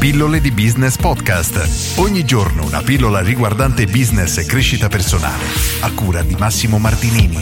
Pillole di Business Podcast. Ogni giorno una pillola riguardante business e crescita personale. A cura di Massimo Martinini.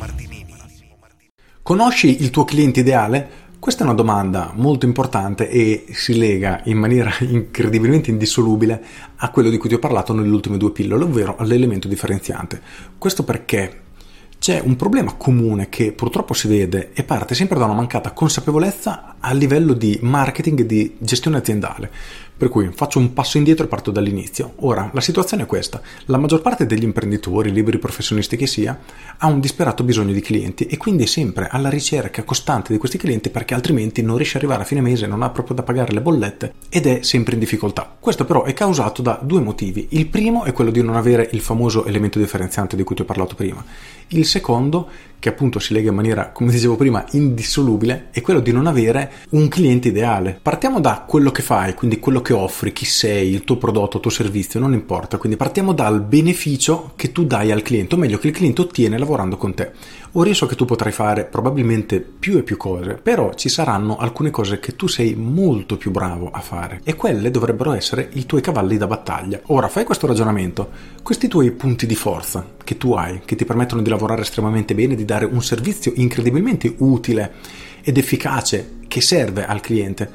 Conosci il tuo cliente ideale? Questa è una domanda molto importante e si lega in maniera incredibilmente indissolubile a quello di cui ti ho parlato nelle ultime due pillole, ovvero all'elemento differenziante. Questo perché c'è un problema comune che purtroppo si vede e parte sempre da una mancata consapevolezza a livello di marketing e di gestione aziendale. Per cui faccio un passo indietro e parto dall'inizio. Ora, la situazione è questa. La maggior parte degli imprenditori, liberi professionisti che sia, ha un disperato bisogno di clienti e quindi è sempre alla ricerca costante di questi clienti perché altrimenti non riesce ad arrivare a fine mese, non ha proprio da pagare le bollette ed è sempre in difficoltà. Questo però è causato da due motivi. Il primo è quello di non avere il famoso elemento differenziante di cui ti ho parlato prima. Il secondo, che appunto si lega in maniera, come dicevo prima, indissolubile, è quello di non avere un cliente ideale. Partiamo da quello che fai, quindi quello che offri, chi sei, il tuo prodotto, il tuo servizio, non importa. Quindi partiamo dal beneficio che tu dai al cliente, o meglio che il cliente ottiene lavorando con te. Ora io so che tu potrai fare probabilmente più e più cose, però ci saranno alcune cose che tu sei molto più bravo a fare e quelle dovrebbero essere i tuoi cavalli da battaglia. Ora fai questo ragionamento, questi tuoi punti di forza che tu hai, che ti permettono di lavorare estremamente bene, di dare un servizio incredibilmente utile ed efficace che serve al cliente,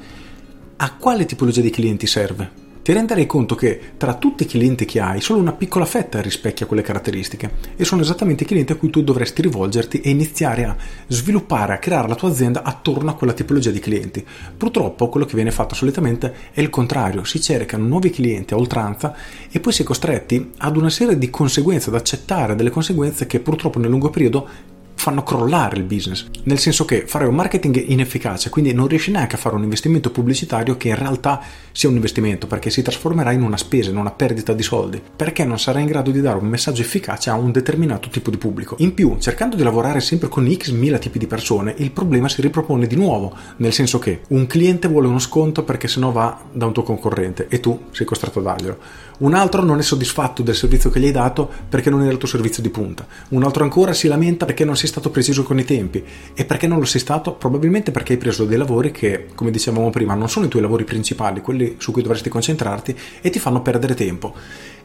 a quale tipologia di clienti serve? Ti renderai conto che tra tutti i clienti che hai solo una piccola fetta rispecchia quelle caratteristiche e sono esattamente i clienti a cui tu dovresti rivolgerti e iniziare a sviluppare, a creare la tua azienda attorno a quella tipologia di clienti. Purtroppo quello che viene fatto solitamente è il contrario, si cercano nuovi clienti a oltranza e poi si è costretti ad una serie di conseguenze, ad accettare delle conseguenze che purtroppo nel lungo periodo fanno crollare il business, nel senso che fare un marketing inefficace, quindi non riesci neanche a fare un investimento pubblicitario che in realtà sia un investimento, perché si trasformerà in una spesa, in una perdita di soldi, perché non sarai in grado di dare un messaggio efficace a un determinato tipo di pubblico. In più, cercando di lavorare sempre con x mila tipi di persone, il problema si ripropone di nuovo, nel senso che un cliente vuole uno sconto perché sennò va da un tuo concorrente e tu sei costretto a darglielo. Un altro non è soddisfatto del servizio che gli hai dato perché non era il tuo servizio di punta. Un altro ancora si lamenta perché non sei stato preciso con i tempi. E perché non lo sei stato? Probabilmente perché hai preso dei lavori che, come dicevamo prima, non sono i tuoi lavori principali, quelli su cui dovresti concentrarti, e ti fanno perdere tempo.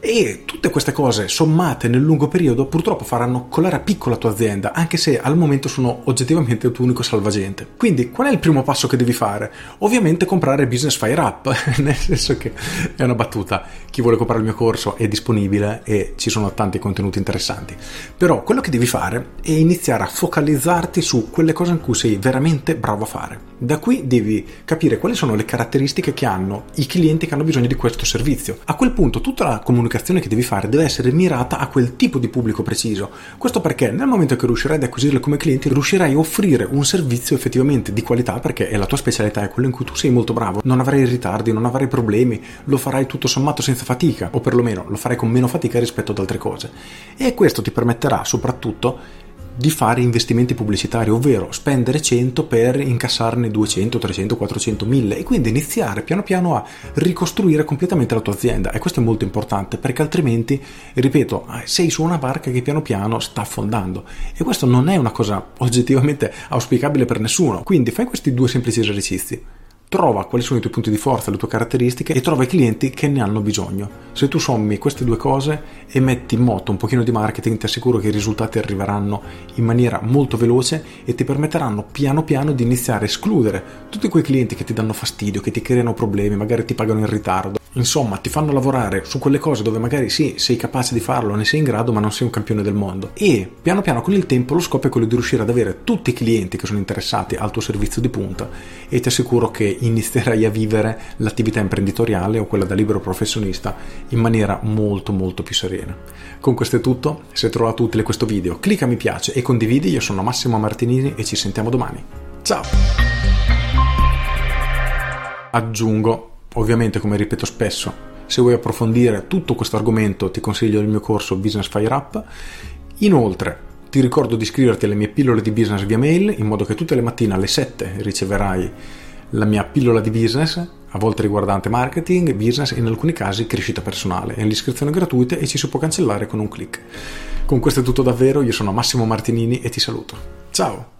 E tutte queste cose sommate nel lungo periodo purtroppo faranno colare a picco la tua azienda, anche se al momento sono oggettivamente il tuo unico salvagente. Quindi qual è il primo passo che devi fare? Ovviamente comprare Business Fire Up, nel senso che è una battuta. Chi vuole comprare il mio corso è disponibile e ci sono tanti contenuti interessanti. Però quello che devi fare è iniziare a focalizzarti su quelle cose in cui sei veramente bravo a fare. Da qui devi capire quali sono le caratteristiche che hanno i clienti che hanno bisogno di questo servizio. A quel punto tutta la comunicazione che devi fare deve essere mirata a quel tipo di pubblico preciso. Questo perché nel momento che riuscirai ad acquisirle come clienti, riuscirai a offrire un servizio effettivamente di qualità, perché è la tua specialità, è quello in cui tu sei molto bravo. Non avrai ritardi, non avrai problemi, lo farai tutto sommato senza fatica, o perlomeno lo farai con meno fatica rispetto ad altre cose. E questo ti permetterà soprattutto di fare investimenti pubblicitari, ovvero spendere 100 per incassarne 200, 300, 400, 1000 e quindi iniziare piano piano a ricostruire completamente la tua azienda. E questo è molto importante perché altrimenti, ripeto, sei su una barca che piano piano sta affondando e questo non è una cosa oggettivamente auspicabile per nessuno. Quindi fai questi due semplici esercizi. Trova quali sono i tuoi punti di forza, le tue caratteristiche e trova i clienti che ne hanno bisogno. Se tu sommi queste due cose e metti in moto un pochino di marketing, ti assicuro che i risultati arriveranno in maniera molto veloce e ti permetteranno piano piano di iniziare a escludere tutti quei clienti che ti danno fastidio, che ti creano problemi, magari ti pagano in ritardo. Insomma, ti fanno lavorare su quelle cose dove magari sì, sei capace di farlo, ne sei in grado, ma non sei un campione del mondo. E piano piano con il tempo lo scopo è quello di riuscire ad avere tutti i clienti che sono interessati al tuo servizio di punta e ti assicuro che inizierai a vivere l'attività imprenditoriale o quella da libero professionista in maniera molto molto più serena. Con questo è tutto. Se hai trovato utile questo video, clicca mi piace e condividi. Io sono Massimo Martinini e ci sentiamo domani. Ciao! Aggiungo, ovviamente, come ripeto spesso, se vuoi approfondire tutto questo argomento ti consiglio il mio corso Business Fire Up. Inoltre ti ricordo di iscriverti alle mie pillole di business via mail, in modo che tutte le mattine alle 7 riceverai la mia pillola di business, a volte riguardante marketing, business e in alcuni casi crescita personale. L'iscrizione è gratuita e ci si può cancellare con un click. Con questo è tutto davvero, io sono Massimo Martinini e ti saluto. Ciao!